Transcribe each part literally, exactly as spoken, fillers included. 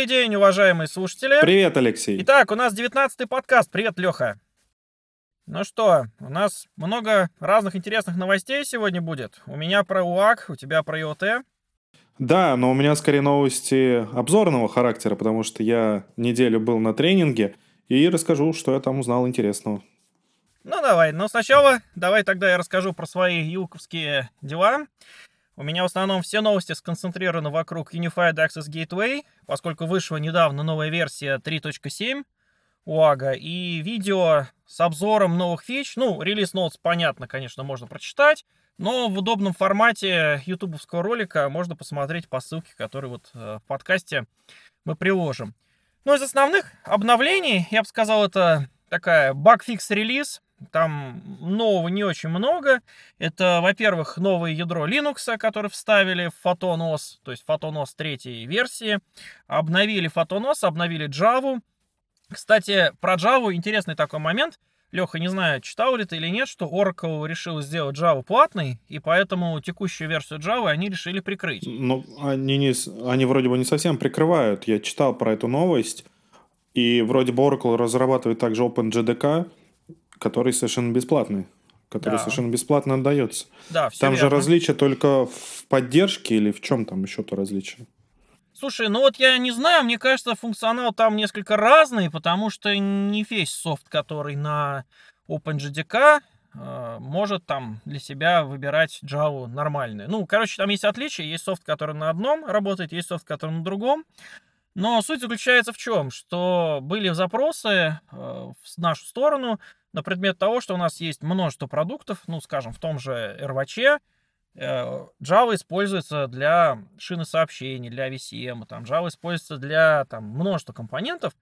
Добрый день, уважаемые слушатели. Привет, Алексей. Итак, у нас девятнадцатый подкаст. Привет, Леха. Ну что, у нас много разных интересных новостей сегодня будет. У меня про УАК, у тебя про ИОТ. Да, но у меня скорее новости обзорного характера, потому что я неделю был на тренинге и расскажу, что я там узнал интересного. Ну давай, но сначала давай тогда я расскажу про свои юковские дела. У меня в основном все новости сконцентрированы вокруг Unified Access Gateway, поскольку вышла недавно новая версия три точка семь УАГа, и видео с обзором новых фич. Ну, релиз ноутс, понятно, конечно, можно прочитать, но в удобном формате ютубовского ролика можно посмотреть по ссылке, которую вот в подкасте мы приложим. Ну, из основных обновлений, я бы сказал, это такая баг-фикс-релиз. Там нового не очень много. Это, во-первых, новое ядро Linux, которое вставили в PhotonOS, то есть PhotonOS третьей версии. Обновили PhotonOS, обновили Java. Кстати, про Java интересный такой момент. Леха, не знаю, читал ли ты или нет, что Oracle решил сделать Java платной, и поэтому текущую версию Java они решили прикрыть. Ну, они, не, они вроде бы не совсем прикрывают. Я читал про эту новость, и вроде бы Oracle разрабатывает также OpenJDK, который совершенно бесплатный, который Да. совершенно бесплатно отдается. Да, все Там верно. же различие только в поддержке или в чем там еще-то различие? Слушай, ну вот я не знаю, мне кажется, функционал там несколько разный, потому что не весь софт, который на OpenJDK, э, может там для себя выбирать Java нормальную. Ну, короче, там есть отличия. Есть софт, который на одном работает, есть софт, который на другом. Но суть заключается в чем? Что были запросы э, в нашу сторону на предмет того, что у нас есть множество продуктов, ну, скажем, в том же эр ви эйч, Java используется для шины сообщений, для ви си эм, там, Java используется для там, множества компонентов,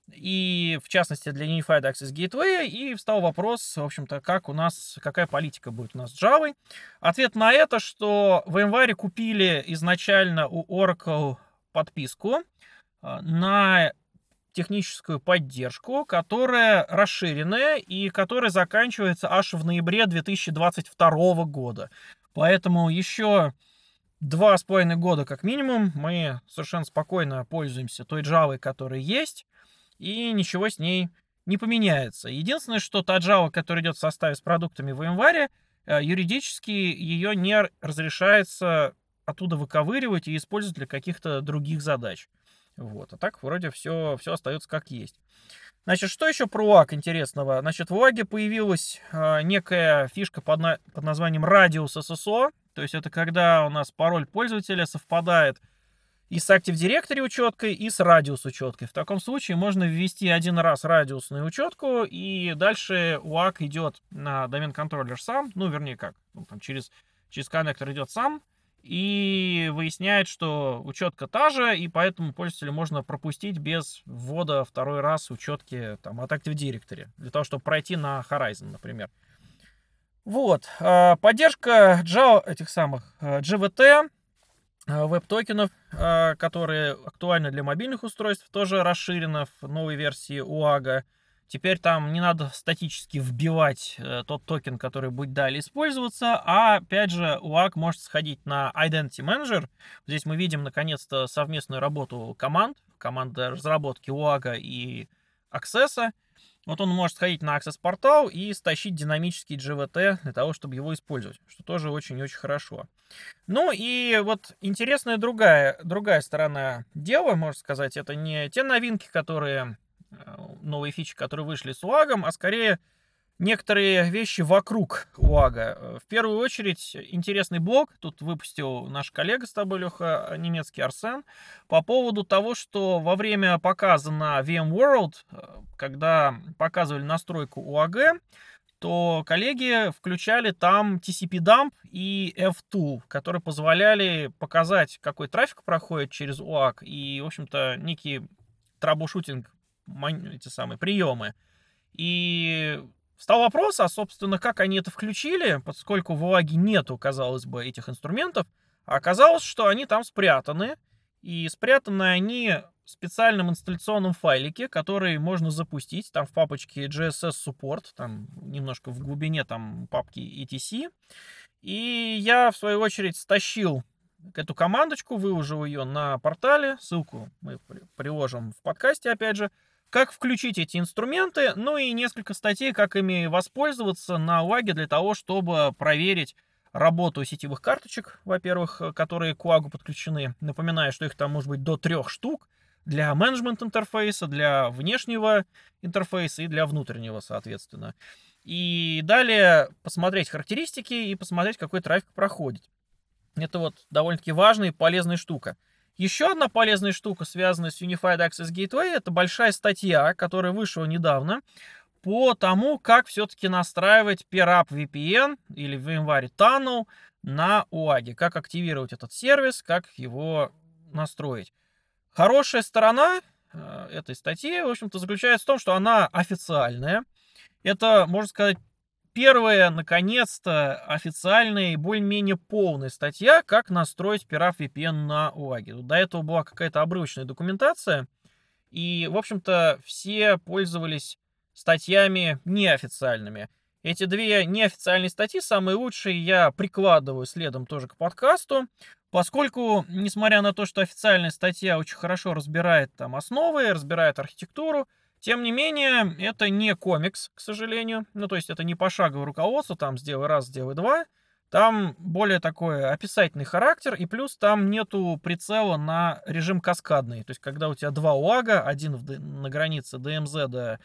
и в частности для Unified Access Gateway, и встал вопрос, в общем-то, как у нас, какая политика будет у нас с Java. Ответ на это, что в январе купили изначально у Oracle подписку на техническую поддержку, которая расширенная и которая заканчивается аж в ноябре две тысячи двадцать второго года. Поэтому еще два с половиной года как минимум мы совершенно спокойно пользуемся той Java, которая есть, и ничего с ней не поменяется. Единственное, что та Java, которая идет в составе с продуктами в январе, юридически ее не разрешается оттуда выковыривать и использовать для каких-то других задач. Вот. А так вроде все, все остается как есть. Значит, что еще про УАГ интересного? Значит, в УАГе появилась э, некая фишка под, на, под названием Radius эс эс о. То есть это когда у нас пароль пользователя совпадает и с Active Directory учеткой, и с Radius учеткой. В таком случае можно ввести один раз радиусную учетку, и дальше УАГ идет на домен-контроллер сам, ну, вернее, как, ну, там через, через коннектор идет сам, и выясняет, что учетка та же, и поэтому пользователю можно пропустить без ввода второй раз учетки там, от Active Directory, для того, чтобы пройти на Horizon, например. Вот. Поддержка Java, этих самых джи ви ти, веб-токенов, которые актуальны для мобильных устройств, тоже расширена в новой версии УАГа. Теперь там не надо статически вбивать э, тот токен, который будет далее использоваться, а опять же УАГ может сходить на Identity Manager. Здесь мы видим наконец-то совместную работу команд, команды разработки УАГа и Access. Вот он может сходить на Access портал и стащить динамический джи ви ти для того, чтобы его использовать, что тоже очень-очень хорошо. Ну и вот интересная другая, другая сторона дела, можно сказать, это не те новинки, которые... новые фичи, которые вышли с УАГом, а скорее некоторые вещи вокруг УАГа. В первую очередь интересный блог тут выпустил наш коллега с тобой, Леха, немецкий Арсен, по поводу того, что во время показа на VMworld, когда показывали настройку УАГ, то коллеги включали там ти си пи-дамп и эф-tool, которые позволяли показать, какой трафик проходит через УАГ, и, в общем-то, некий трабл-шутинг, эти самые приемы. И встал вопрос, а, собственно, как они это включили, поскольку в УАГе нету, казалось бы, этих инструментов, а оказалось, что они там спрятаны, и спрятаны они в специальном инсталляционном файлике, который можно запустить, там в папочке джи эс эс Support, там немножко в глубине там папки и ти си. И я, в свою очередь, стащил эту командочку, выложил ее на портале, ссылку мы приложим в подкасте, опять же, как включить эти инструменты, ну и несколько статей, как ими воспользоваться на лаге для того, чтобы проверить работу сетевых карточек, во-первых, которые к лагу подключены. Напоминаю, что их там может быть до трех штук для менеджмент интерфейса, для внешнего интерфейса и для внутреннего, соответственно. И далее посмотреть характеристики и посмотреть, какой трафик проходит. Это вот довольно-таки важная и полезная штука. Еще одна полезная штука, связанная с Unified Access Gateway, это большая статья, которая вышла недавно, по тому, как все-таки настраивать PeerUp ви пи эн или VMware Tunnel на уаге, как активировать этот сервис, как его настроить. Хорошая сторона э, этой статьи, в общем-то, заключается в том, что она официальная. Это, можно сказать, первая, наконец-то, официальная и более-менее полная статья, как настроить PeerUp ви пи эн на уаге. До этого была какая-то обрывочная документация, и, в общем-то, все пользовались статьями неофициальными. Эти две неофициальные статьи, самые лучшие, я прикладываю следом тоже к подкасту, поскольку, несмотря на то, что официальная статья очень хорошо разбирает там основы, разбирает архитектуру, тем не менее, это не комикс, к сожалению. Ну, то есть это не пошаговое руководство, там сделай раз, сделай два. Там более такой описательный характер, и плюс там нету прицела на режим каскадный. То есть когда у тебя два уага, один в, на границе ди эм зет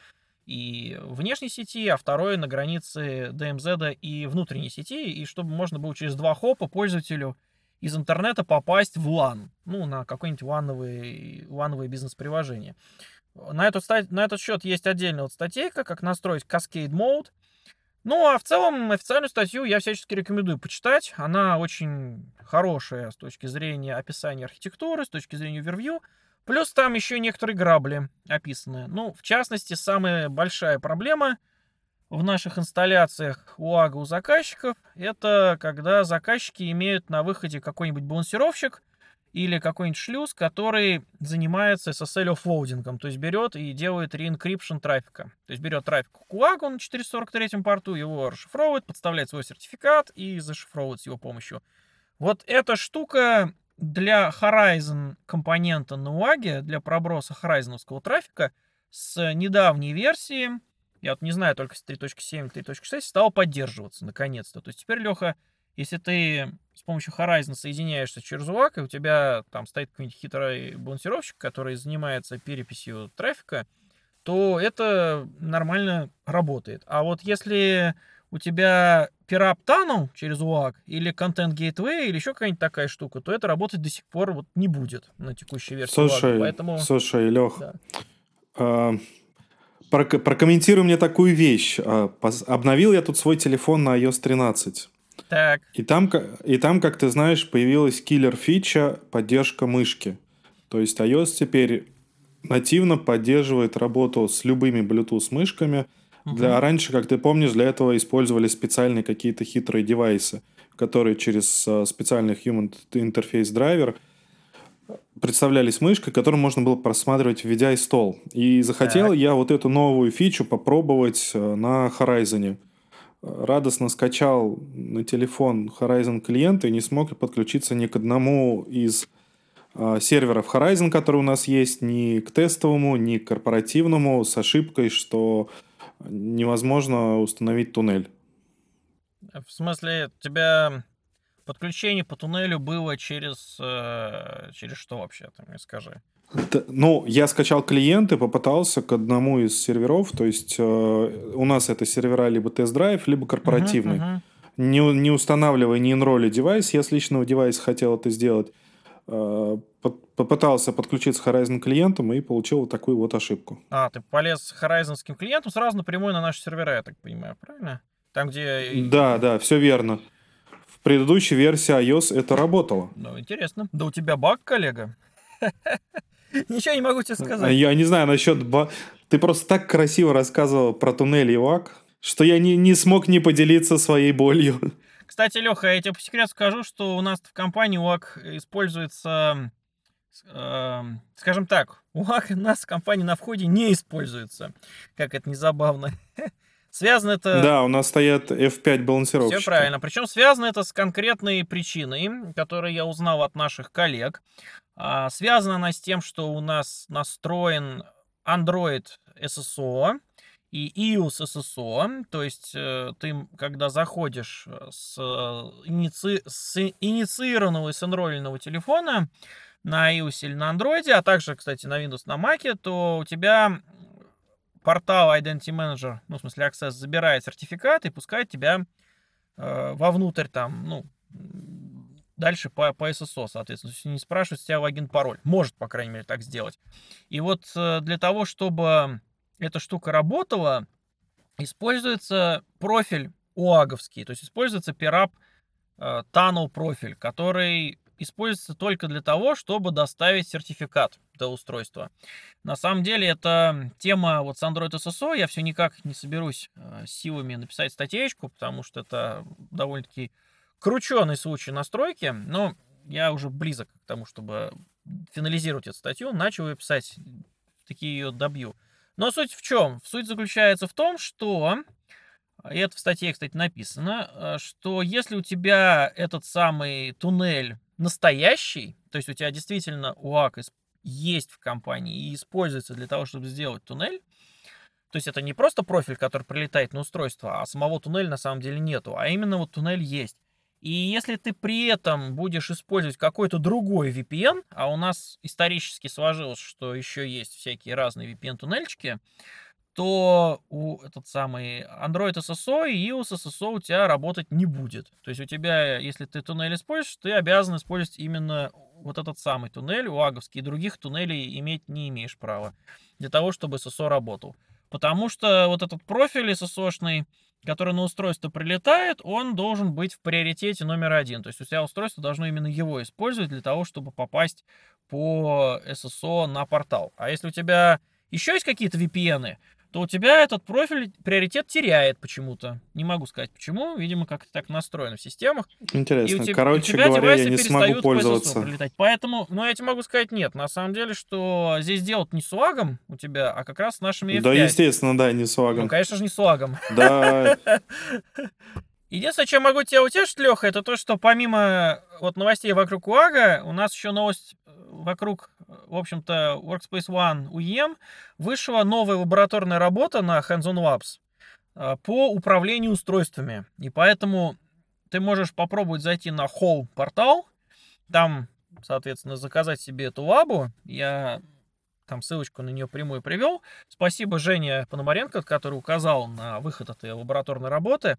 и внешней сети, а второй на границе ди эм зет и внутренней сети, и чтобы можно было через два хопа пользователю из интернета попасть в лан, ну, на какое-нибудь лановое, лановое бизнес-приложение. На, эту, на этот счет есть отдельная вот статейка, как настроить Cascade Mode. Ну, а в целом официальную статью я всячески рекомендую почитать. Она очень хорошая с точки зрения описания архитектуры, с точки зрения overview. Плюс там еще некоторые грабли описаны. Ну, в частности, самая большая проблема в наших инсталляциях уага у заказчиков, это когда заказчики имеют на выходе какой-нибудь балансировщик или какой-нибудь шлюз, который занимается эс эс эл-оффлоудингом, то есть берет и делает реинкрипшн трафика. То есть берет трафик к уагу на четыреста сорок третьем порту, его расшифровывает, подставляет свой сертификат и зашифровывает с его помощью. Вот эта штука для Horizon компонента на уаге, для проброса хорайзоновского трафика с недавней версии, я вот не знаю, только с три точки семь, три точки шесть стала поддерживаться наконец-то. То есть теперь, Леха, если ты с помощью Horizon соединяешься через уаг, и у тебя там стоит какой-нибудь хитрый балансировщик, который занимается переписью трафика, то это нормально работает. А вот если у тебя PeerUp Tunnel через уаг или Content Gateway или еще какая-нибудь такая штука, то это работать до сих пор вот не будет на текущей версии Слушай, уага. Поэтому... слушай, Лех, да. э, прокомментируй мне такую вещь. Обновил я тут свой телефон на ай о эс тринадцать. Так. И там, и там, как ты знаешь, появилась киллер-фича поддержка мышки. То есть iOS теперь нативно поддерживает работу с любыми Bluetooth-мышками. Угу. Для, раньше, как ты помнишь, для этого использовали специальные какие-то хитрые девайсы, которые через uh, специальный Human Interface драйвер представлялись мышкой, которую можно было просматривать, введя и стол. И захотел так. я вот эту новую фичу попробовать uh, на Horizon. Радостно скачал на телефон Horizon клиент и не смог подключиться ни к одному из э, серверов Horizon, которые у нас есть, ни к тестовому, ни к корпоративному, с ошибкой, что невозможно установить туннель. В смысле, у тебя подключение по туннелю было через, э, через что вообще, ты мне скажи? Ну, я скачал клиент и попытался к одному из серверов, то есть э, у нас это сервера либо тест-драйв, либо корпоративный. Uh-huh, uh-huh. Не, не устанавливая, не инролли девайс, я с личного девайса хотел это сделать. Э, попытался подключиться к Horizon клиентам и получил вот такую вот ошибку. А, ты полез с Horizonским клиентом сразу напрямую на наши сервера, я так понимаю, правильно? Там, где... Да, да, все верно. В предыдущей версии iOS это работало. Ну, интересно. Да у тебя баг, коллега? Ничего не могу тебе сказать. Я не знаю насчет... Ба... Ты просто так красиво рассказывал про туннель и уаг, что я не, не смог не поделиться своей болью. Кстати, Леха, я тебе по секрету скажу, что у нас в компании уаг используется... Э, скажем так, уаг у нас в компании на входе не используется. Как это не забавно. Связано это... Да, у нас стоят эф пять Все балансировщики. правильно. Причем связано это с конкретной причиной, которую я узнал от наших коллег. А, связана она с тем, что у нас настроен Android эс эс о и iOS эс эс о. То есть э, ты, м, когда заходишь э, с, э, иници- с инициированного и сэнролленного телефона на iOS или на Android, а также, кстати, на Windows, на Mac, то у тебя м, портал Identity Manager, ну, в смысле Access, забирает сертификат и пускает тебя э, вовнутрь там, ну, м, дальше по, по эс эс о, соответственно. То есть не спрашивает с тебя логин-пароль. Может, по крайней мере, так сделать. И вот э, для того, чтобы эта штука работала, используется профиль уаговский. То есть используется пирап э, Tunnel профиль, который используется только для того, чтобы доставить сертификат до устройства. На самом деле, это тема вот с Android эс эс о. Я все никак не соберусь э, силами написать статейку, потому что это довольно-таки крученый случай настройки. Но я уже близок к тому, чтобы финализировать эту статью. Начал ее писать, таки ее добью. Но суть в чем? Суть заключается в том, что, и это в статье, кстати, написано, э, что если у тебя этот самый туннель настоящий, то есть у тебя действительно УАК ис- есть в компании и используется для того, чтобы сделать туннель, то есть это не просто профиль, который прилетает на устройство, а самого туннеля на самом деле нету, а именно вот туннель есть. И если ты при этом будешь использовать какой-то другой ви пи эн, а у нас исторически сложилось, что еще есть всякие разные ви пи эн-туннельчики, то у этот самый Android эс эс о и iOS эс эс о у тебя работать не будет. То есть у тебя, если ты туннель используешь, ты обязан использовать именно вот этот самый туннель, уаговский, и других туннелей иметь не имеешь права для того, чтобы эс эс о работал. Потому что вот этот профиль эс эс о-шный, который на устройство прилетает, он должен быть в приоритете номер один. То есть у тебя устройство должно именно его использовать для того, чтобы попасть по эс эс о на портал. А если у тебя еще есть какие-то ви пи эн, то у тебя этот профиль приоритет теряет почему-то. Не могу сказать почему, видимо, как-то так настроено в системах. И у, Интересно. теб- и у Короче тебя говоря, я девайсы не смогу перестают по эс эс о пользоваться. прилетать. Поэтому, ну, я тебе могу сказать нет. На самом деле, что здесь дело не с лагом у тебя, а как раз с нашими Да, эф пять. естественно, да, не с Ну, лагом. конечно же, не с лагом. Да, Единственное, чем могу тебя утешить, Леха, это то, что помимо вот новостей вокруг УАГа, у нас еще новость э, вокруг, э, в общем-то, Workspace ONE у и эм вышла новая лабораторная работа на Hands-on Labs э, по управлению устройствами. И поэтому ты можешь попробовать зайти на Hall портал, там, соответственно, заказать себе эту лабу. Я там ссылочку на нее прямую привел. Спасибо Жене Пономаренко, который указал на выход этой лабораторной работы.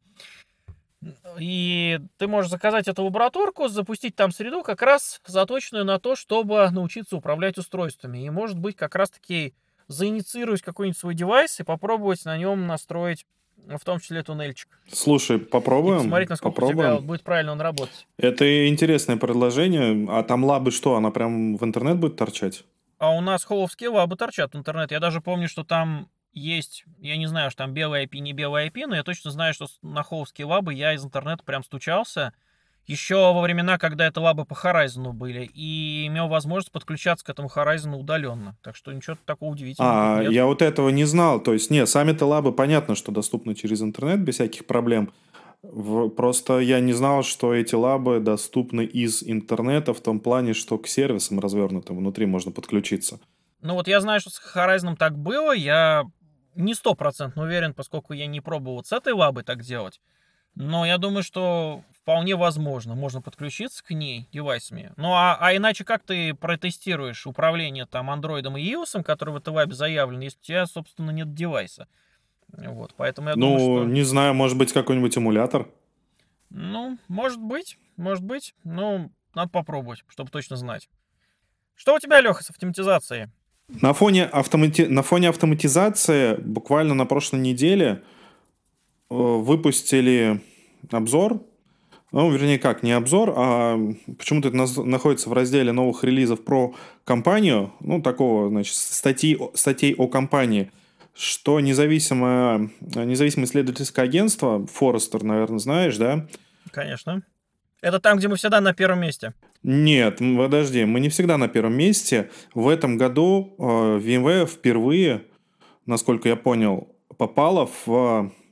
И ты можешь заказать эту лабораторку, запустить там среду, как раз заточенную на то, чтобы научиться управлять устройствами. И, может быть, как раз-таки заинициировать какой-нибудь свой девайс и попробовать на нем настроить, в том числе, туннельчик. слушай, И попробуем, посмотреть, насколько у тебя попробуем. будет правильно он работать. Это интересное предложение. А там лабы что, она прям в интернет будет торчать? А у нас холловские лабы торчат в интернет. Я даже помню, что там есть, я не знаю, что там белый ай пи, не белый ай пи, но я точно знаю, что с- на холловские лабы я из интернета прям стучался. Еще во времена, когда это лабы по Horizon были, и имел возможность подключаться к этому Horizon удаленно. Так что ничего такого удивительного тут А, нет. я вот этого не знал. То есть, нет, сами-то лабы понятно, что доступны через интернет без всяких проблем. В- Просто я не знал, что эти лабы доступны из интернета в том плане, что к сервисам развернутым внутри можно подключиться. Ну вот я знаю, что с Horizon так было, я не стопроцентно уверен, поскольку я не пробовал вот с этой лабой так делать. Но я думаю, что вполне возможно. Можно подключиться к ней девайсами. Ну а, а иначе как ты протестируешь управление там андроидом и iOS, который в этой лабе заявлен, если у тебя, собственно, нет девайса? Вот, поэтому я думаю, Ну, что... не знаю, может быть, какой-нибудь эмулятор. Ну, может быть, может быть. Ну, надо попробовать, чтобы точно знать. Что у тебя, Леха, с автоматизацией? На фоне, автомати... на фоне автоматизации буквально на прошлой неделе э, выпустили обзор. Ну, вернее, как, не обзор, а почему-то это наз- находится в разделе новых релизов про компанию, ну, такого, значит, статей, о- статей о компании, что независимое, независимое исследовательское агентство, Forrester, наверное, знаешь, да? Конечно. Это там, где мы всегда на первом месте. Нет, м, подожди, мы не всегда на первом месте. В этом году э, VMware впервые, насколько я понял, попала в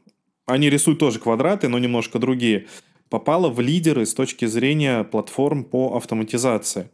они рисуют тоже квадраты, но немножко другие, попала в лидеры с точки зрения платформ по автоматизации.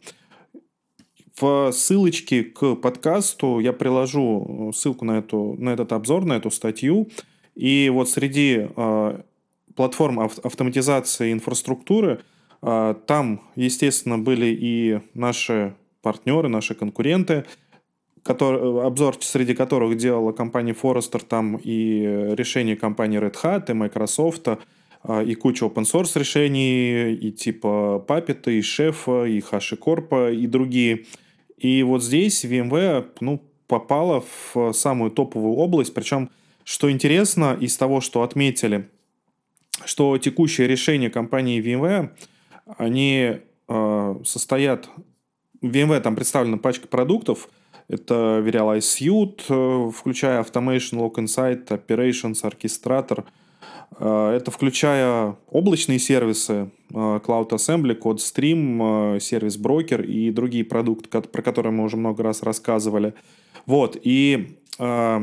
В ссылочке к подкасту я приложу ссылку на, эту, на этот обзор, на эту статью. И вот среди э, платформ ав- автоматизации инфраструктуры э, там, естественно, были и наши партнеры, наши конкуренты, который, обзор среди которых делала компания Forrester, там и решения компании Red Hat, и Microsoft, э, и куча open source решений, и типа Puppet, и Chef, и HashiCorp, и другие. И вот здесь VMware, ну, попала в самую топовую область. Причем, что интересно, из того, что отметили, что текущие решения компании VMware, они э, состоят... В VMware там представлена пачка продуктов. Это Virtualize Suite, э, включая Automation, Log Insight, Operations, Orchestrator. Э, это включая облачные сервисы, э, Cloud Assembly, CodeStream, э, сервис Broker и другие продукты, ко- про которые мы уже много раз рассказывали. Вот, и э,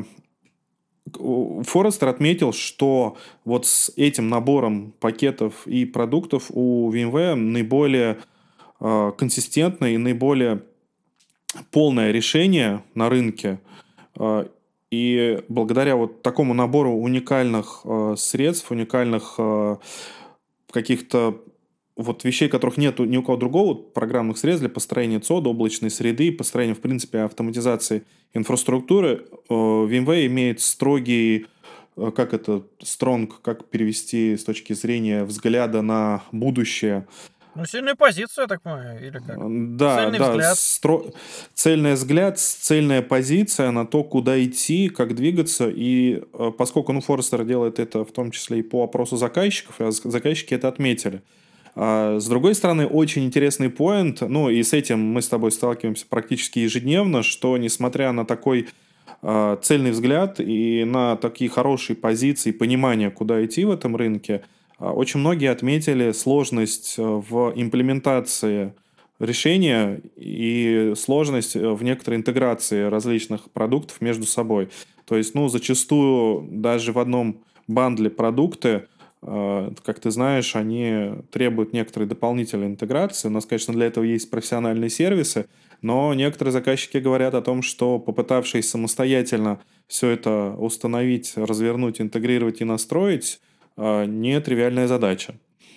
Форестер отметил, что вот с этим набором пакетов и продуктов у VMware наиболее э, консистентное и наиболее полное решение на рынке. Э, И благодаря вот такому набору уникальных э, средств, уникальных э, каких-то вот вещей, которых нет ни у кого другого, вот программных средств для построения цода, облачной среды, построения, в принципе, автоматизации инфраструктуры, э, VMware имеет строгий, э, как это, strong, как перевести с точки зрения взгляда на будущее. Ну, сильная позиция, я так понимаю, или как? Да, Цельный да, взгляд. стро... цельный взгляд, цельная позиция на то, куда идти, как двигаться. И э, поскольку ну, Форестер делает это в том числе и по опросу заказчиков, и заказчики это отметили. А с другой стороны, очень интересный поинт, ну и с этим мы с тобой сталкиваемся практически ежедневно, что несмотря на такой э, цельный взгляд и на такие хорошие позиции, понимание, куда идти в этом рынке, а, очень многие отметили сложность э, в имплементации решения и сложность э, в некоторой интеграции различных продуктов между собой. То есть, ну, зачастую даже в одном бандле продукты, э, как ты знаешь, они требуют некоторой дополнительной интеграции. У нас, конечно, для этого есть профессиональные сервисы, но некоторые заказчики говорят о том, что попытавшись самостоятельно все это установить, развернуть, интегрировать и настроить, э, не тривиальная задача.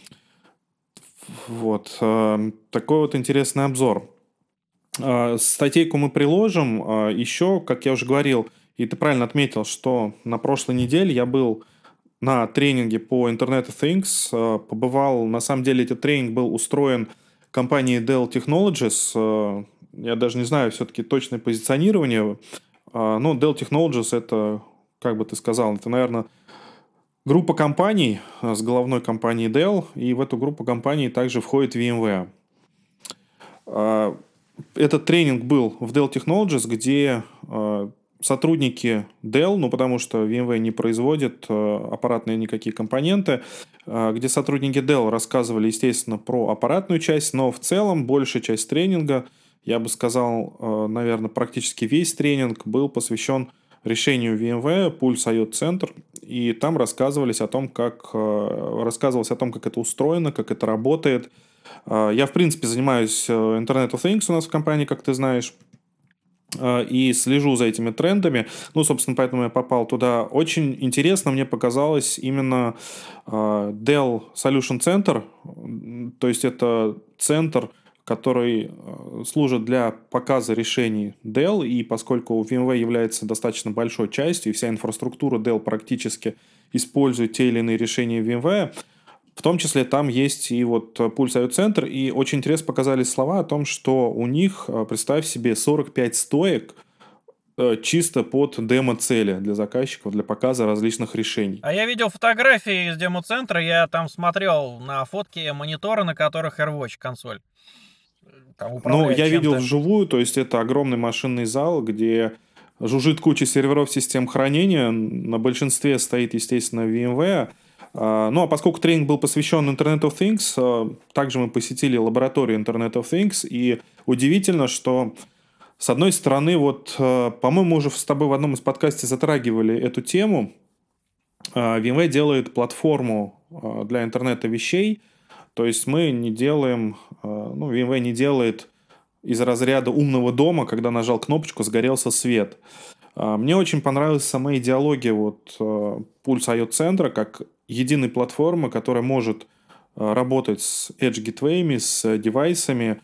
Вот. э, Такой вот интересный обзор. Э, Статейку мы приложим. Э, Еще, как я уже говорил, и ты правильно отметил, что на прошлой неделе я был на тренинге по Internet of Things. э, Побывал, на самом деле, этот тренинг был устроен компанией Dell Technologies. Э, Я даже не знаю все-таки точное позиционирование. Э, Но Dell Technologies это, как бы ты сказал, это, наверное, группа компаний э, с головной компанией Dell, и в эту группу компаний также входит VMware. А, Этот тренинг был в Dell Technologies, где э, сотрудники Dell, ну потому что VMware не производит э, аппаратные никакие компоненты, э, где сотрудники Dell рассказывали, естественно, про аппаратную часть, но в целом большая часть тренинга, я бы сказал, э, наверное, практически весь тренинг был посвящен решению VMware Pulse ай о Center, и там рассказывались о том, как, э, рассказывалось о том, как это устроено, как это работает. Э, Я, в принципе, занимаюсь э, Internet of Things у нас в компании, как ты знаешь, э, и слежу за этими трендами. Ну, собственно, поэтому я попал туда. Очень интересно мне показалось именно э, Dell Solution Center, м, то есть это центр, который э, служит для показа решений Dell, и поскольку VMware является достаточно большой частью, и вся инфраструктура Dell практически использует те или иные решения VMware, в том числе там есть и вот Pulse ай о Center, и очень интересно показались слова о том, что у них, э, представь себе, сорок пять стоек э, чисто под демо-цели для заказчиков, для показа различных решений. А я видел фотографии из демо-центра, я там смотрел на фотки монитора, на которых AirWatch консоль. Там Но управляет я видел чем-то. вживую, то есть это огромный машинный зал, где жужжит куча серверов систем хранения. На большинстве стоит, естественно, VMware. А, Ну, а поскольку тренинг был посвящен Internet of Things, а, также мы посетили лабораторию Internet of Things, и удивительно, что с одной стороны, вот, а, по-моему, уже с тобой в одном из подкастов затрагивали эту тему, А, VMware делает платформу а, для интернета вещей, то есть мы не делаем, а, ну, VMware не делает из разряда умного дома, когда нажал кнопочку, загорелся свет. А, Мне очень понравилась сама идеология вот а, Pulse ай о центра как единой платформы, которая может а, работать с Edge Gateway, с девайсами,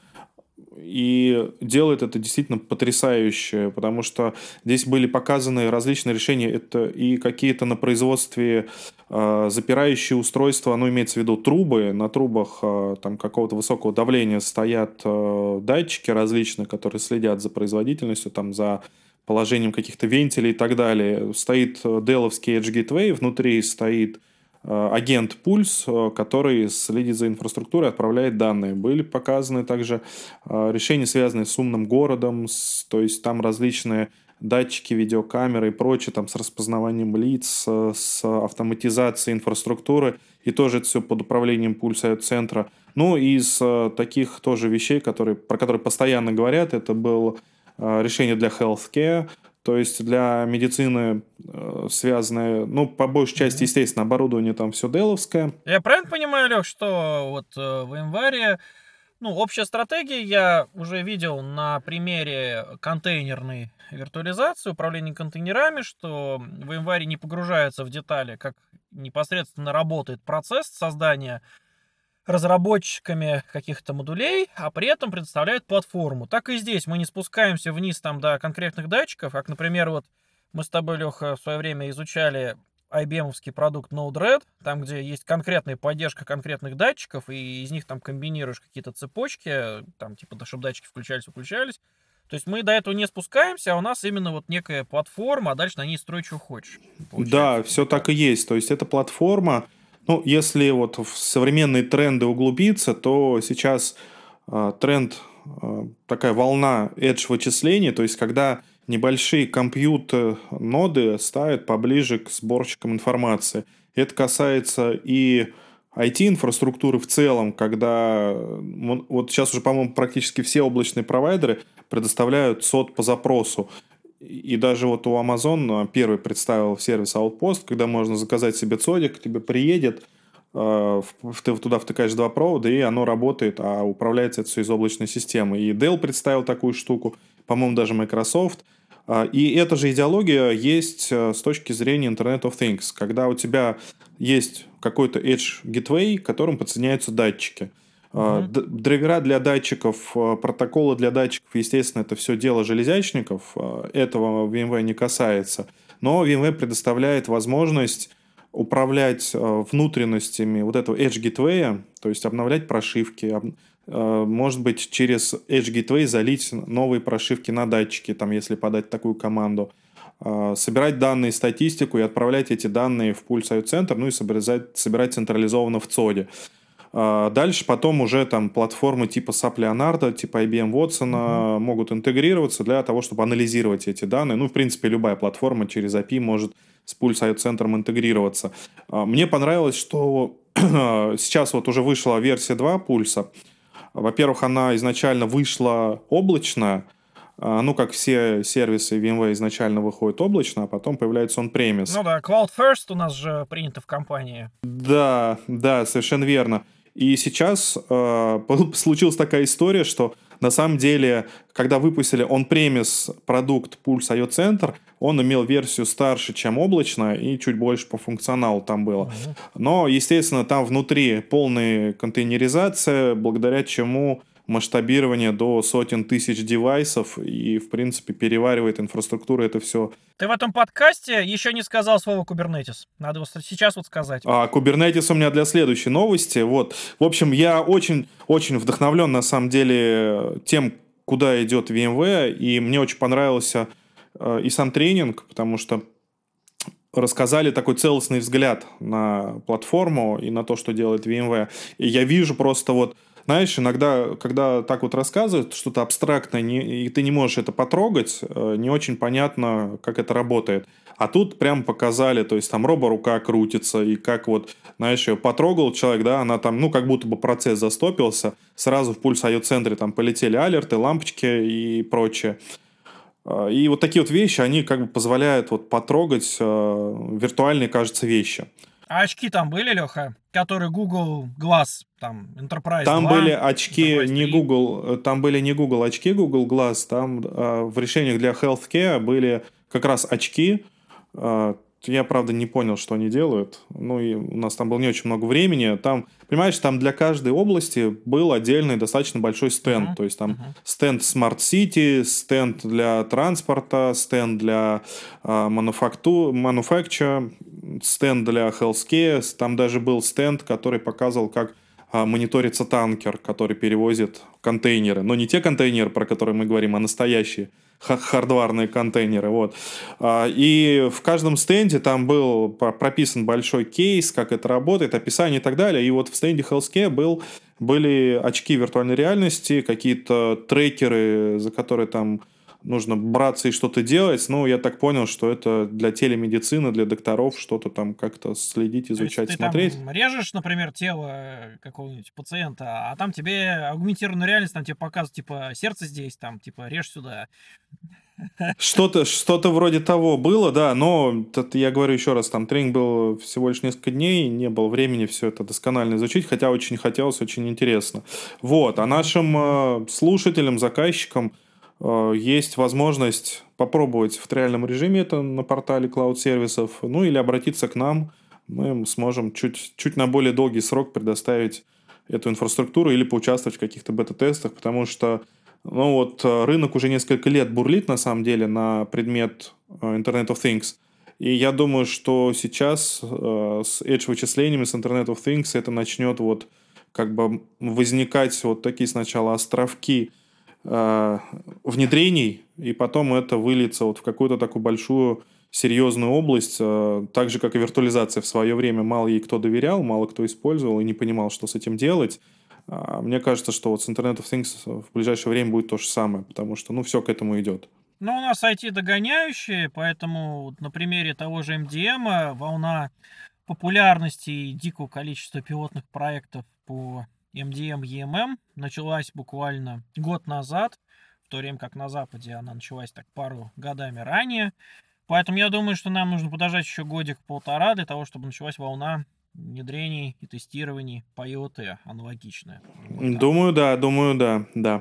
и делает это действительно потрясающе, потому что здесь были показаны различные решения. Это и какие-то на производстве а, запирающие устройства, ну, имеется в виду трубы. На трубах а, там какого-то высокого давления стоят а, датчики различные, которые следят за производительностью, там, за положением каких-то вентилей и так далее. Стоит э, Dell-овский Edge Gateway, внутри стоит э, агент Pulse, э, который следит за инфраструктурой, отправляет данные. Были показаны также э, решения, связанные с умным городом, с- то есть там различные датчики, видеокамеры и прочее, там с распознаванием лиц, э, с автоматизацией инфраструктуры, и тоже это все под управлением Pulse ай о центра. Ну, и из э, таких тоже вещей, которые, про которые постоянно говорят, это был э, решение для healthcare, то есть для медицины э, связанное, ну, по большей части, Мгм. естественно, оборудование там все деловское. Я правильно понимаю, Лёх, что вот э, в январе, ну, общая стратегия я уже видел на примере контейнерной виртуализации, управления контейнерами, что в январе не погружается в детали, как непосредственно работает процесс создания разработчиками каких-то модулей, а при этом предоставляет платформу. Так и здесь мы не спускаемся вниз там до конкретных датчиков, как, например, вот мы с тобой, Леха, в свое время изучали ай би эм-овский продукт Node-RED, там, где есть конкретная поддержка конкретных датчиков, и из них там комбинируешь какие-то цепочки, там, типа, да, чтобы датчики включались-выключались. То есть мы до этого не спускаемся, а у нас именно вот некая платформа, а дальше на ней строй, что хочешь. Да, Получается у тебя все так так. и есть. То есть эта платформа, ну, если вот в современные тренды углубиться, то сейчас а, тренд, а, такая волна edge вычислений, то есть когда небольшие компьютер-ноды ставят поближе к сборщикам информации. Это касается и ай ти-инфраструктуры в целом, когда э, м, вот сейчас уже, по-моему, практически все облачные провайдеры предоставляют сот по запросу. И даже вот у Amazon а, первый представил сервис Outpost, когда можно заказать себе цодик, к тебе приедет, а, в- ты туда втыкаешь два провода, и оно работает, а управляется это все из облачной системы. И Dell представил такую штуку, по-моему, даже Microsoft. А, И эта же идеология есть а, с точки зрения Internet of Things, когда у тебя есть какой-то Edge Gateway, к которому подсоединяются датчики. А, Мгм. д- Драйвера для датчиков, а, протоколы для датчиков, естественно, это все дело железячников. а, Этого VMware не касается. Но VMware предоставляет возможность управлять а, внутренностями вот этого Edge Gateway, то есть обновлять прошивки, об- а, может быть, через Edge Gateway залить новые прошивки на датчики, там, если подать такую команду, а, собирать данные, статистику и отправлять эти данные в Pulse ай о центр, ну и собирать, собирать централизованно в цоде. А, Дальше потом уже там платформы типа SAP Leonardo, типа ай би эм Мгм. Watson могут интегрироваться для того, чтобы анализировать эти данные. Ну, в принципе, любая платформа через эй пи может с Pulse ай о центром интегрироваться. А, Мне понравилось, что сейчас вот уже вышла версия два Пульса. Во-первых, она изначально вышла облачная, а, ну, как все сервисы VMware изначально выходят облачно, а потом появляется on-premise. Ну да, Cloud First у нас же принято в компании. Да, да, совершенно верно. И сейчас э, случилась такая история, что на самом деле, когда выпустили on-premise продукт Pulse ай о Center, он имел версию старше, чем облачная, и чуть больше по функционалу там было. Мгм. Но, естественно, там внутри полная контейнеризация, благодаря чему масштабирование до сотен тысяч девайсов и, в принципе, переваривает инфраструктуру это все. Ты в этом подкасте еще не сказал слово Kubernetes. Надо вот сейчас вот сказать. А Kubernetes у меня для следующей новости. Вот. В общем, я очень, очень вдохновлен, на самом деле, тем, куда идет VMware, и мне очень понравился э, и сам тренинг, потому что рассказали такой целостный взгляд на платформу и на то, что делает VMware. И я вижу просто вот, знаешь, иногда, когда так вот рассказывают что-то абстрактное, не- и ты не можешь это потрогать, э, не очень понятно, как это работает. А тут прям показали, то есть там робо-рука крутится, и как вот, знаешь, ее потрогал человек, да, она там, ну, как будто бы процесс застопился, сразу в Pulse ай о центре там полетели алерты, лампочки и прочее. А, И вот такие вот вещи, они как бы позволяют вот потрогать э, виртуальные, кажется, вещи. А очки там были, Леха, которые Google Glass, там, Enterprise Там были два, очки Enterprise не три. Google, э, там были не Google очки, Google Glass, там э, в решениях для healthcare были как раз очки. Э, Я, правда, не понял, что они делают. Ну, и у нас там было не очень много времени. Там, понимаешь, там для каждой области был отдельный достаточно большой стенд. Мгм, То есть там мгм. стенд Smart City, стенд для транспорта, стенд для э, мануфакту- manufacture, стенд для healthcare. Там даже был стенд, который показывал, как а, мониторится танкер, который перевозит контейнеры. Но не те контейнеры, про которые мы говорим, а настоящие ха- хардварные контейнеры. Вот. А, И в каждом стенде там был про- прописан большой кейс, как это работает, описание и так далее. И вот в стенде Healthcare был, были очки виртуальной реальности, какие-то трекеры, за которые там нужно браться и что-то делать. Ну, я так понял, что это для телемедицины, для докторов, что-то там как-то следить, То есть изучать, ты смотреть. там режешь, например, тело э, какого-нибудь пациента, а там тебе аугментированная реальность, там тебе показывают, типа, сердце здесь, там, типа, режь сюда. Что-то что-то вроде того было, да, но тут я говорю еще раз, там тренинг был всего лишь несколько дней, не было времени все это досконально изучить, хотя очень хотелось, очень интересно. Вот, а Мгм, нашим мгм. э, слушателям, заказчикам э, есть возможность попробовать в реальном режиме это на портале клауд-сервисов, ну или обратиться к нам, мы им сможем чуть, чуть на более долгий срок предоставить эту инфраструктуру или поучаствовать в каких-то бета-тестах, потому что ну вот э, рынок уже несколько лет бурлит на самом деле на предмет э, Internet of Things. И я думаю, что сейчас э, с Edge-вычислениями, с Internet of Things это начнет вот как бы возникать вот такие сначала островки э, внедрений, и потом это выльется вот в какую-то такую большую серьезную область, э, так же, как и виртуализация в свое время. Мало ей кто доверял, мало кто использовал и не понимал, что с этим делать. А, Мне кажется, что вот с Internet of Things в ближайшее время будет то же самое, потому что, ну, все к этому идет. Ну, у нас ай ти догоняющие, поэтому вот на примере того же эм ди эм волна популярности и дикого количества пилотных проектов по эм ди эм, и эм эм началась буквально год назад, в то время как на Западе она началась так пару годами ранее. Поэтому я думаю, что нам нужно подождать еще годик-полтора для того, чтобы началась волна внедрений и тестирований по IoT аналогичная. Вот так. Думаю, да, думаю, да, да.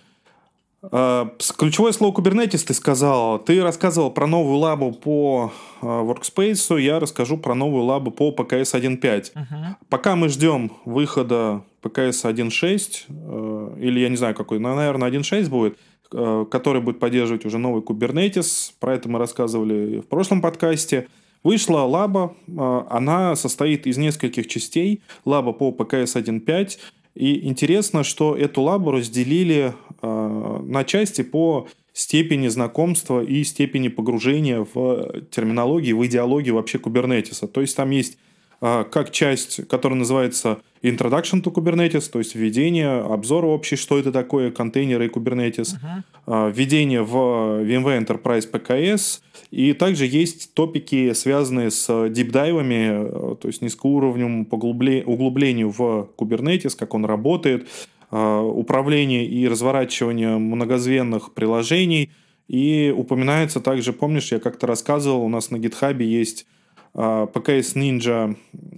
А, с- Ключевое слово Kubernetes ты сказал. Ты рассказывал про новую лабу по а, Workspace, я расскажу про новую лабу по пи кей эс один точка пять. Мгм. Пока мы ждем выхода пи кей эс один точка шесть, э, или я не знаю какой, но, наверное, один точка шесть будет, э, который будет поддерживать уже новый Kubernetes. Про это мы рассказывали в прошлом подкасте. Вышла лаба, э, она состоит из нескольких частей. Лаба по пи кей эс один точка пять. И интересно, что эту лабу разделили э, на части по степени знакомства и степени погружения в терминологию, в идеологию вообще кубернетиса. То есть там есть а, как часть, которая называется Introduction to Kubernetes, то есть введение, обзор общий, что это такое, контейнеры и Kubernetes, Мгм. а, введение в VMware Enterprise пи кей эс, и также есть топики, связанные с дипдайвами, э, то есть низкоуровневым поглубле- углублению в Kubernetes, как он работает, а, управление и разворачивание многозвенных приложений. И упоминается также, помнишь, я как-то рассказывал, у нас на GitHub есть а, пи кей эс Ninja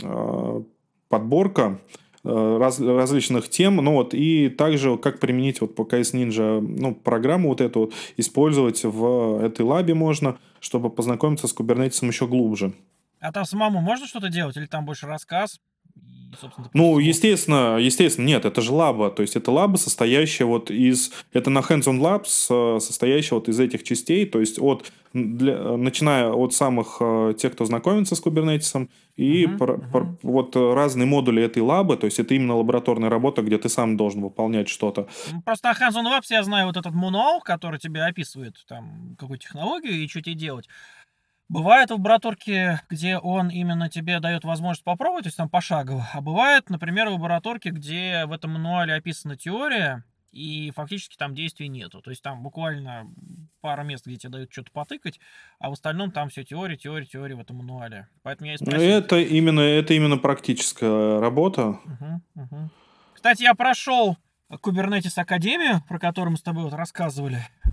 а, подборка а, раз- различных тем, ну вот, и также как применить вот пи кей эс Ninja, ну, программу вот эту вот, использовать в этой лабе можно, чтобы познакомиться с Kubernetes еще глубже. А там самому можно что-то делать, или там больше рассказ, и, собственно, ты просто Ну, смотришь? естественно, естественно, нет, это же лаба, то есть это лаба, состоящая вот из, это на Hands-on Labs, э, состоящая вот из этих частей, то есть от, для, э, начиная от самых э, тех, кто знакомится с Kubernetes, и Мгм, пр- пр- мгм. вот э, разные модули этой лабы, то есть это именно лабораторная работа, где ты сам должен выполнять что-то. М, Просто на Hands on Labs я знаю вот этот мануал, который тебе описывает, там, какую технологию и что тебе делать. Бывает в лабораторке, где он именно тебе дает возможность попробовать, то есть там пошагово. А бывает, например, в лабораторке, где в этом мануале описана теория, и фактически там действий нету. То есть там буквально пара мест, где тебе дают что-то потыкать, а в остальном там все теория, теория, теория в этом мануале. Поэтому я и Ну, спросил тебя. Это именно, это именно практическая работа. Мгм, мгм. Кстати, я прошел Kubernetes Академию, про которую мы с тобой вот рассказывали.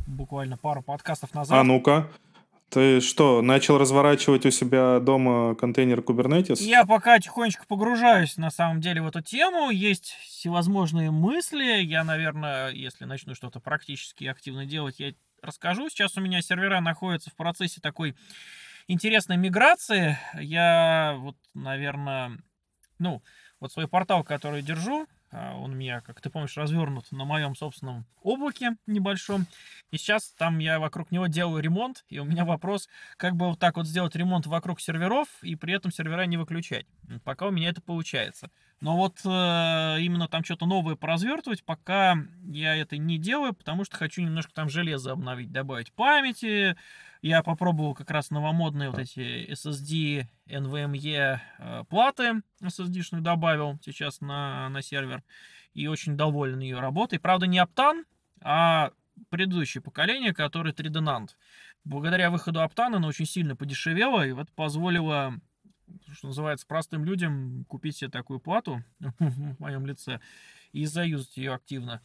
буквально пару подкастов А назад. ну-ка, ты что, начал разворачивать у себя дома контейнер Kubernetes? Я пока тихонечко погружаюсь, на самом деле, в эту тему. Есть всевозможные мысли. Я, наверное, если начну что-то практически активно делать, я расскажу. Сейчас у меня сервера находятся в процессе такой интересной миграции. Я вот, наверное, ну, вот свой портал, который держу, а, он у меня, как ты помнишь, развернут на моем собственном облаке небольшом. И сейчас там я вокруг него делаю ремонт. И у меня вопрос, как бы вот так вот сделать ремонт вокруг серверов и при этом сервера не выключать. М, Пока у меня это получается. Но вот э, именно там что-то новое поразвертывать, пока я это не делаю, потому что хочу немножко там железо обновить, добавить памяти. Я попробовал как раз новомодные вот эти эс эс ди, эн ви эм и э, платы эс эс ди-шную добавил сейчас на, на сервер. И очень доволен ее работой. Правда, не Optane, а предыдущее поколение, который три дэ NAND. Благодаря выходу Optane оно очень сильно подешевело, и это позволило, что называется, простым людям купить себе такую плату в моем лице и заюзать ее активно.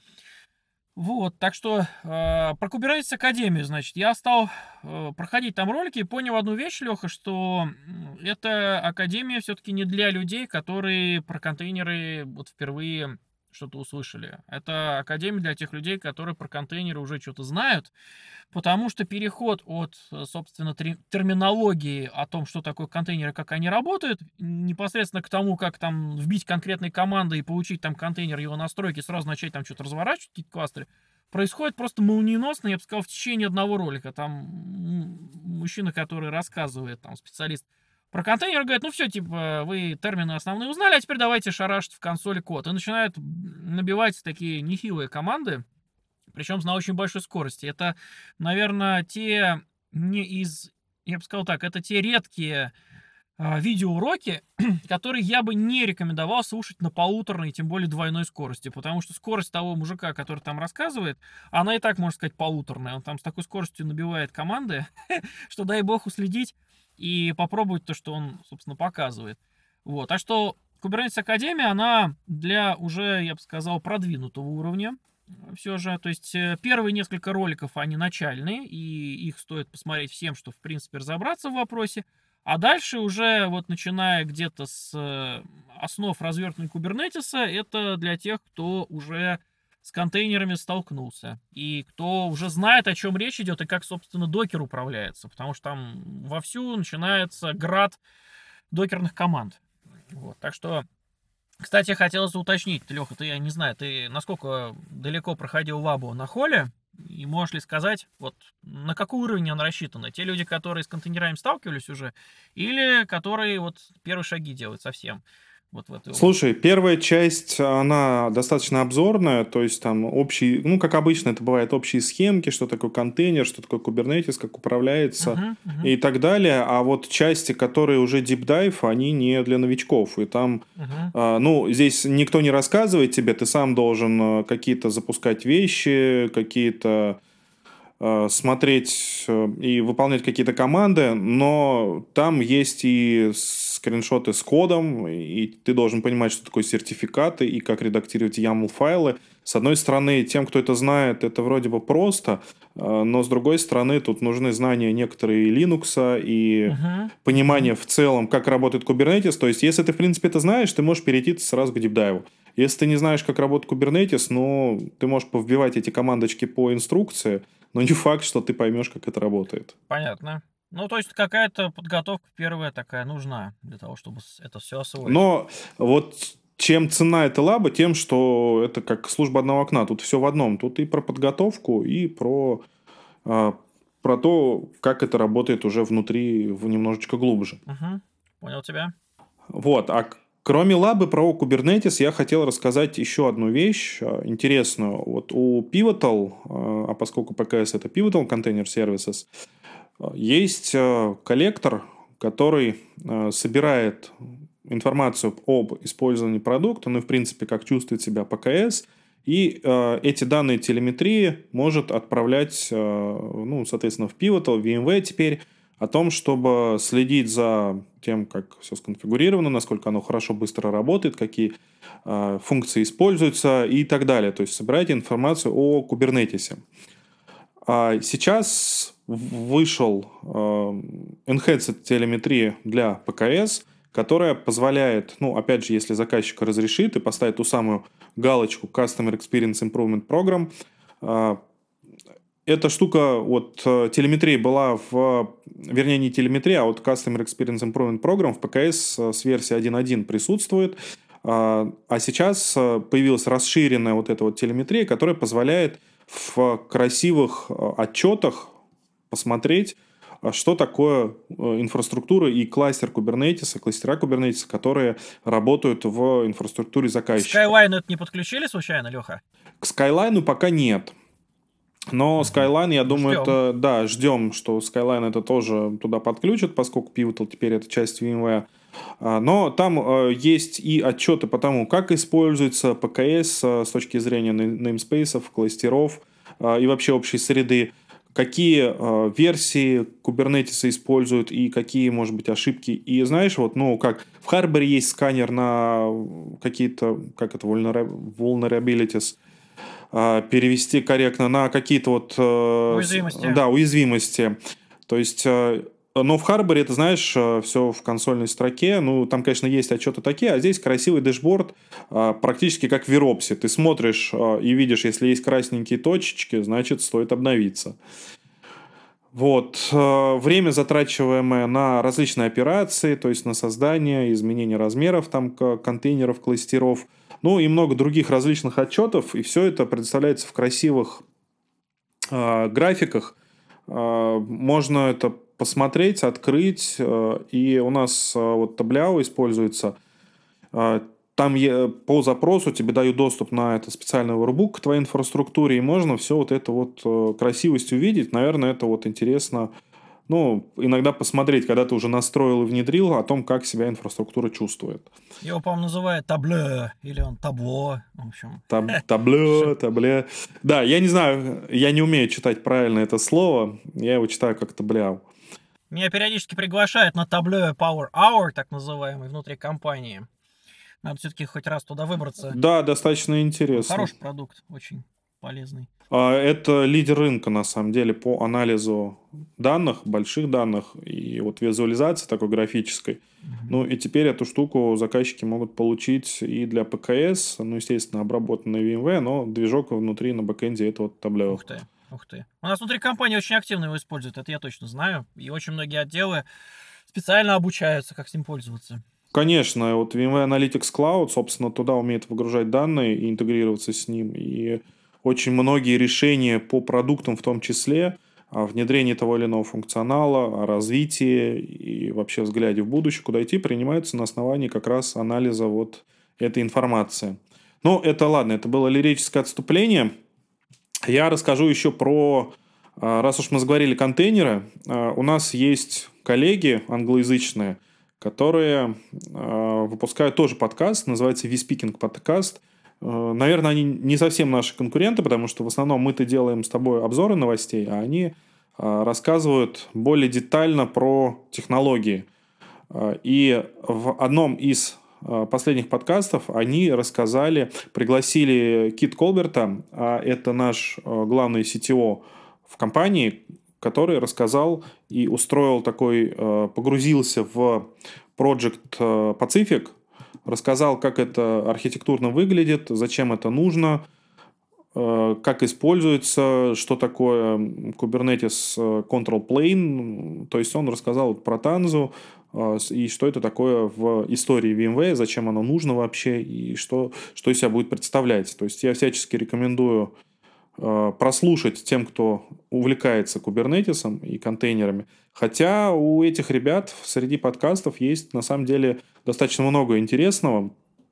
Вот, так что э, про Kubernetes Академию, значит, я стал э, проходить там ролики и понял одну вещь, Леха, что м, эта академия все-таки не для людей, которые про контейнеры вот впервые что-то услышали. Это академия для тех людей, которые про контейнеры уже что-то знают, потому что переход от, э, собственно, три- терминологии о том, что такое контейнеры, как они работают, непосредственно к тому, как там вбить конкретные команды и получить там контейнер, его настройки, сразу начать там что-то разворачивать, какие-то кластеры, происходит просто молниеносно, я бы сказал, в течение одного ролика. Там м, мужчина, который рассказывает, там, специалист про контейнер, говорит, ну все, типа, вы термины основные узнали, а теперь давайте шарашить в консоли код. И начинают набивать такие нехилые команды, причем на очень большой скорости. Это, наверное, те не из, я бы сказал так, это те редкие а, видеоуроки, которые я бы не рекомендовал слушать на полуторной, тем более двойной скорости, потому что скорость того мужика, который там рассказывает, она и так, можно сказать, полуторная. Он там с такой скоростью набивает команды, что дай бог уследить и попробовать то, что он, собственно, показывает. Вот. А что Kubernetes Академия, она для уже, я бы сказал, продвинутого уровня. Все же, то есть э, первые несколько роликов, они начальные, и их стоит посмотреть всем, что, в принципе, разобраться в вопросе. А дальше уже, вот начиная где-то с э, основ развертывания кубернетиса, это для тех, кто уже с контейнерами столкнулся, и кто уже знает, о чем речь идет, и как, собственно, докер управляется, потому что там вовсю начинается град докерных команд. Вот, так что, кстати, хотелось уточнить, Леха, ты, я не знаю, ты насколько далеко проходил лабу на холле, и можешь ли сказать, вот на какой уровень она рассчитана? Те люди, которые с контейнерами сталкивались уже, или которые вот первые шаги делают совсем вот в этой области? Слушай, первая часть, она достаточно обзорная, то есть там общий, ну, как обычно, это бывает общие схемки, что такое контейнер, что такое Kubernetes, как управляется Мгм, мгм, и так далее. А вот части, которые уже deep dive, они не для новичков. И там, мгм, а, ну, здесь никто не рассказывает тебе, ты сам должен а, какие-то запускать вещи, какие-то э, смотреть э, и выполнять какие-то команды, но там есть и скриншоты с кодом, и ты должен понимать, что такое сертификаты и как редактировать YAML-файлы. С одной стороны, тем, кто это знает, это вроде бы просто, э, но с другой стороны, тут нужны знания некоторые Linux и мгм, мгм. понимание в целом, как работает Kubernetes. То есть, если ты, в принципе, это знаешь, ты можешь перейти сразу к дипдайву. Если ты не знаешь, как работает Kubernetes, ну, ты можешь повбивать эти командочки по инструкции, но не факт, что ты поймешь, как это работает. Понятно. Ну, то есть какая-то подготовка первая такая нужна для того, чтобы с- это все освоить. Но вот чем цена эта лаба, тем, что это как служба одного окна. Тут все в одном. Тут и про подготовку, и про, а, про то, как это работает уже внутри, в немножечко глубже. Мгм. Понял тебя. Вот, а к- кроме лабы про Kubernetes я хотел рассказать еще одну вещь а, интересную. Вот у Pivotal, а а поскольку пэ ка эс это Pivotal Container Services, а, есть а, коллектор, который а, собирает информацию об использовании продукта, ну и в принципе как чувствует себя пэ ка эс, и э, эти данные телеметрии может отправлять, э, ну, соответственно, в Pivotal, в ви эм вей теперь, о том, чтобы следить за тем, как все сконфигурировано, насколько оно хорошо, быстро работает, какие э, функции используются и так далее. То есть собирайте информацию о Kubernetes. А сейчас в- вышел э, Enhanced Telemetry для пэ ка эс, которая позволяет, ну, опять же, если заказчик разрешит и поставит ту самую галочку Customer Experience Improvement Program. а, Эта штука, вот э, телеметрия была в, вернее, не телеметрия, а вот Customer Experience Improvement Program в пэ ка эс э, с версии один точка один присутствует. А а сейчас э, появилась расширенная вот эта вот телеметрия, которая позволяет в красивых э, отчетах посмотреть, а что такое э, инфраструктура и кластер Kubernetes, и кластера Kubernetes, которые работают в инфраструктуре К заказчика. Skyline это не подключили случайно, Леха? К Skyline пока нет. Но Мгм. Skyline, я Ну, думаю, ждем. это, да, ждем, что Skyline это тоже туда подключат, поскольку Pivotal теперь это часть VMware. А, Но там э, есть и отчеты по тому, как используется пэ ка эс э, с точки зрения namespace, кластеров э, и вообще общей среды, какие э, версии Kubernetes используют и какие, может быть, ошибки. И знаешь, вот, ну, как в Harbor есть сканер на какие-то, как это, vulnera- vulnerabilities, а, перевести корректно на какие-то вот, э, с- Уязвимости. да, уязвимости. То есть, э, но в Харборе, это, знаешь, все в консольной строке. Ну, там, конечно, есть отчеты такие, а здесь красивый дэшборд, а, практически как в Веропсе. Ты смотришь а, и видишь, если есть красненькие точечки, значит, стоит обновиться. Вот. э, Время, затрачиваемое на различные операции, то есть на создание, изменение размеров там к- контейнеров, кластеров, ну и много других различных отчетов, и все это предоставляется в красивых а, графиках. А, Можно это посмотреть, открыть, э, и у нас а, вот Tableau используется. А, Там е- по запросу тебе дают доступ на это специальный воркбук к твоей инфраструктуре, и можно все вот это вот э, красивость увидеть. Наверное, это вот интересно, ну, иногда посмотреть, когда ты уже настроил и внедрил, о том, как себя инфраструктура чувствует. Его, по-моему, называют табло, или он табло. В общем, Таб- ш- Табло, табле. Да, я не знаю, я не умею читать правильно это слово, я его читаю как табляу. меня периодически приглашают на табло Power Hour, так называемый, внутри компании. Надо все-таки хоть раз туда выбраться. Да, достаточно Ну, интересно. хороший продукт, очень полезный. А, Это лидер рынка, на самом деле, по анализу данных, больших данных и вот визуализации такой графической. Мгм. Ну и теперь эту штуку заказчики могут получить и для пэ ка эс, ну, естественно, обработанный VMware, но движок внутри на бэкэнде это вот Tableau. Ух ты, ух ты. У нас внутри компании очень активно его используют, это я точно знаю. И очень многие отделы специально обучаются, как с ним пользоваться. Конечно, вот VMware Analytics Cloud, собственно, туда умеет выгружать данные и интегрироваться с ним. И очень многие решения по продуктам в том числе, о внедрении того или иного функционала, о развитии и вообще взгляде в будущее, куда идти, принимаются на основании как раз анализа вот этой информации. Ну, это ладно, это было лирическое отступление. Я расскажу еще про, а, раз уж мы заговорили контейнеры, а, у нас есть коллеги англоязычные, которые а, выпускают тоже подкаст, называется vSpeaking подкаст. Э, Наверное, они не совсем наши конкуренты, потому что в основном мы-то делаем с тобой обзоры новостей, а они а, рассказывают более детально про технологии. А, И в одном из а, последних подкастов они рассказали, пригласили Кит Колберта, а это наш а, главный си ти о в компании, который рассказал и устроил такой, а, погрузился в Project а, Pacific, рассказал, как это архитектурно выглядит, зачем это нужно, э, как используется, что такое м, Kubernetes э, Control Plane. То есть он рассказал вот про Tanzu э, с- и что это такое в истории VMware, зачем оно нужно вообще и что, что из себя будет представлять. То есть я всячески рекомендую э, прослушать тем, кто увлекается кубернетисом и контейнерами. Хотя у этих ребят среди подкастов есть на самом деле достаточно много интересного.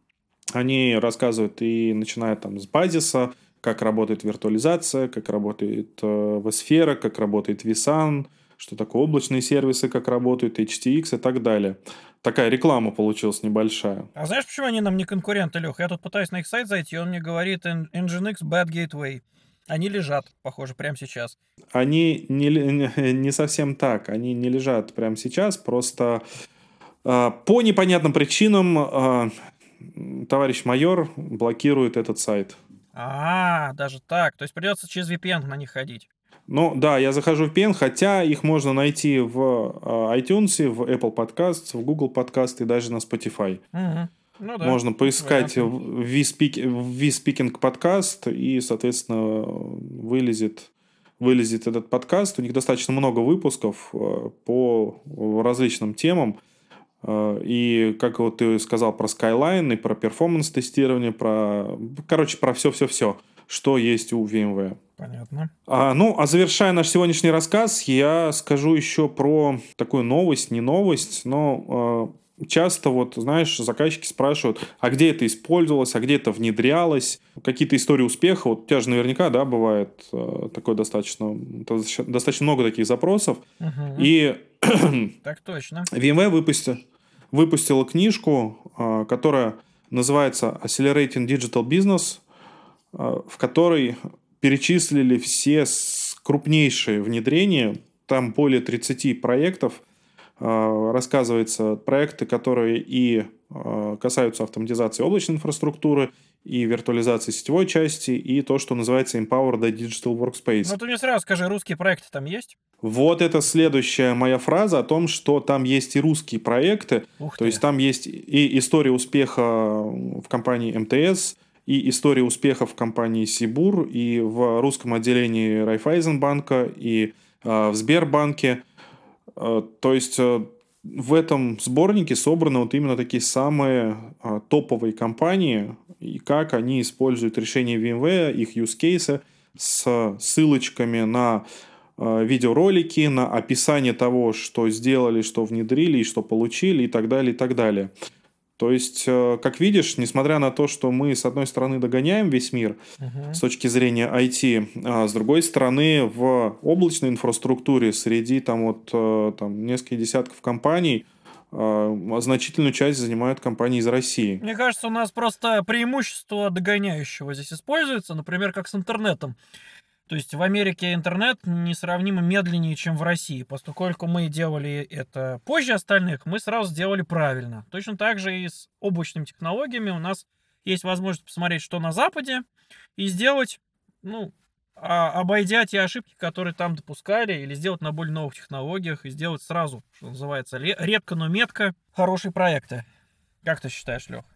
Они рассказывают и начиная там с базиса, как работает виртуализация, как работает э, vSphere, как работает vSAN, что такое облачные сервисы, как работают эйч ти экс и так далее. Такая реклама получилась небольшая. А знаешь, почему они нам не конкуренты, Лех? Я тут пытаюсь на их сайт зайти, и он мне говорит N- Nginx Bad Gateway. Они лежат, похоже, прямо сейчас. Они не, ле- не совсем так, они не лежат прямо сейчас, просто э, по непонятным причинам э, м, товарищ майор блокирует этот сайт. А, даже так. То есть придется через ви пи эн на них ходить. Ну, да, я захожу в пи эн, хотя их можно найти в э, iTunes, в Apple Podcasts, в Google Podcast и даже на Spotify. Мгм. Ну да, Можно есть поискать варианты. в VSpeak- в VSpeaking подкаст, и, соответственно, вылезет, вылезет этот подкаст. У них достаточно много выпусков э, по различным темам. Э, И, как вот ты сказал про Skyline, и про перформанс-тестирование, про, короче, про все-все-все, что есть у VMware. Понятно. А, ну, а завершая наш сегодняшний рассказ, я скажу еще про такую новость, не новость, но э, часто вот, знаешь, заказчики спрашивают, а где это использовалось, а где это внедрялось, какие-то истории успеха. Вот у тебя же наверняка, да, бывает э, такое достаточно, достаточно много таких запросов. Мгм. И Так точно. VMware выпустила, выпустила книжку, э, которая называется Accelerating Digital Business, э, в которой перечислили все с- крупнейшие внедрения. Там более тридцати проектов. Э, Рассказывается проекты, которые и э, касаются автоматизации облачной инфраструктуры, и виртуализации сетевой части, и то, что называется Empower the Digital Workspace. Ну, ты мне сразу скажи, русские проекты там есть? Вот это следующая моя фраза о том, что там есть и русские проекты, Ух то ты. есть там есть и история успеха в компании эм тэ эс, и история успеха в компании Сибур, и в русском отделении Райфайзенбанка, и э, в Сбербанке. Э, то есть э, в этом сборнике собраны вот именно такие самые э, топовые компании, и как они используют решения VMware, их use cases с ссылочками на э, видеоролики, на описание того, что сделали, что внедрили, и что получили, и так далее, и так далее. То есть, э, как видишь, несмотря на то, что мы, с одной стороны, догоняем весь мир Мгм. с точки зрения ай ти, а с другой стороны, в облачной инфраструктуре среди там, вот, э, там, нескольких десятков компаний э, значительную часть занимают компании из России. Мне кажется, у нас просто преимущество догоняющего здесь используется, например, как с интернетом. То есть в Америке интернет несравнимо медленнее, чем в России. Поскольку мы делали это позже остальных, мы сразу сделали правильно. Точно так же и с облачными технологиями у нас есть возможность посмотреть, что на Западе, и сделать, ну, а- обойдя те ошибки, которые там допускали, или сделать на более новых технологиях, и сделать сразу, что называется, ле- редко, но метко, хорошие проекты. Как ты считаешь, Лех?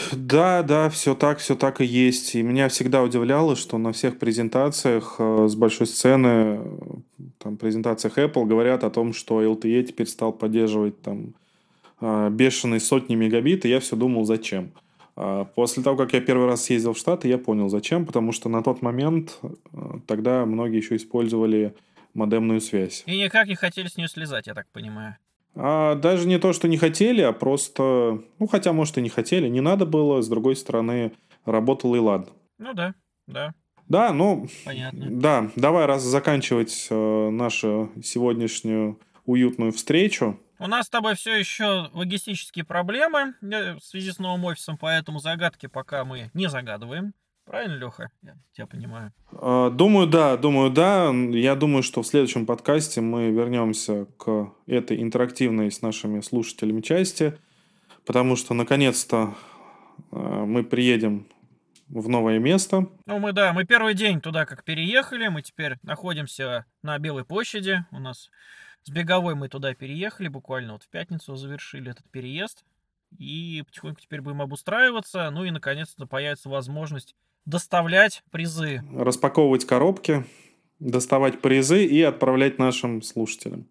Да, да, все так, все так и есть. И меня всегда удивляло, что на всех презентациях э, с большой сцены, э, там, презентациях Apple говорят о том, что эл ти и теперь стал поддерживать там э, бешеные сотни мегабит, и я все думал, зачем. А После того, как я первый раз съездил в Штаты, я понял, зачем, потому что на тот момент э, тогда многие еще использовали модемную связь. И никак не хотели с нее слезать, я так понимаю. А даже не то, что не хотели, а просто, ну, хотя, может, и не хотели, не надо было, с другой стороны, работало и ладно. Ну да, да, Да, ну, понятно. да, давай раз заканчивать э, нашу сегодняшнюю уютную встречу. У нас с тобой все еще логистические проблемы э, в связи с новым офисом, поэтому загадки пока мы не загадываем. Правильно, Леха? Я тебя понимаю. Э, Думаю, да, думаю, да. Я думаю, что в следующем подкасте мы вернемся к этой интерактивной с нашими слушателями части, потому что, наконец-то, э, мы приедем в новое место. Ну, мы, да, мы первый день туда как переехали, мы теперь находимся на Белой площади. У нас с Беговой мы туда переехали, буквально вот в пятницу завершили этот переезд. И потихоньку теперь будем обустраиваться. Ну и, наконец-то, появится возможность доставлять призы. Распаковывать коробки, доставать призы и отправлять нашим слушателям.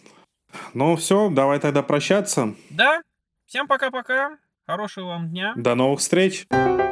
Ну все, давай тогда прощаться. Да, всем пока-пока, хорошего вам дня. До новых встреч!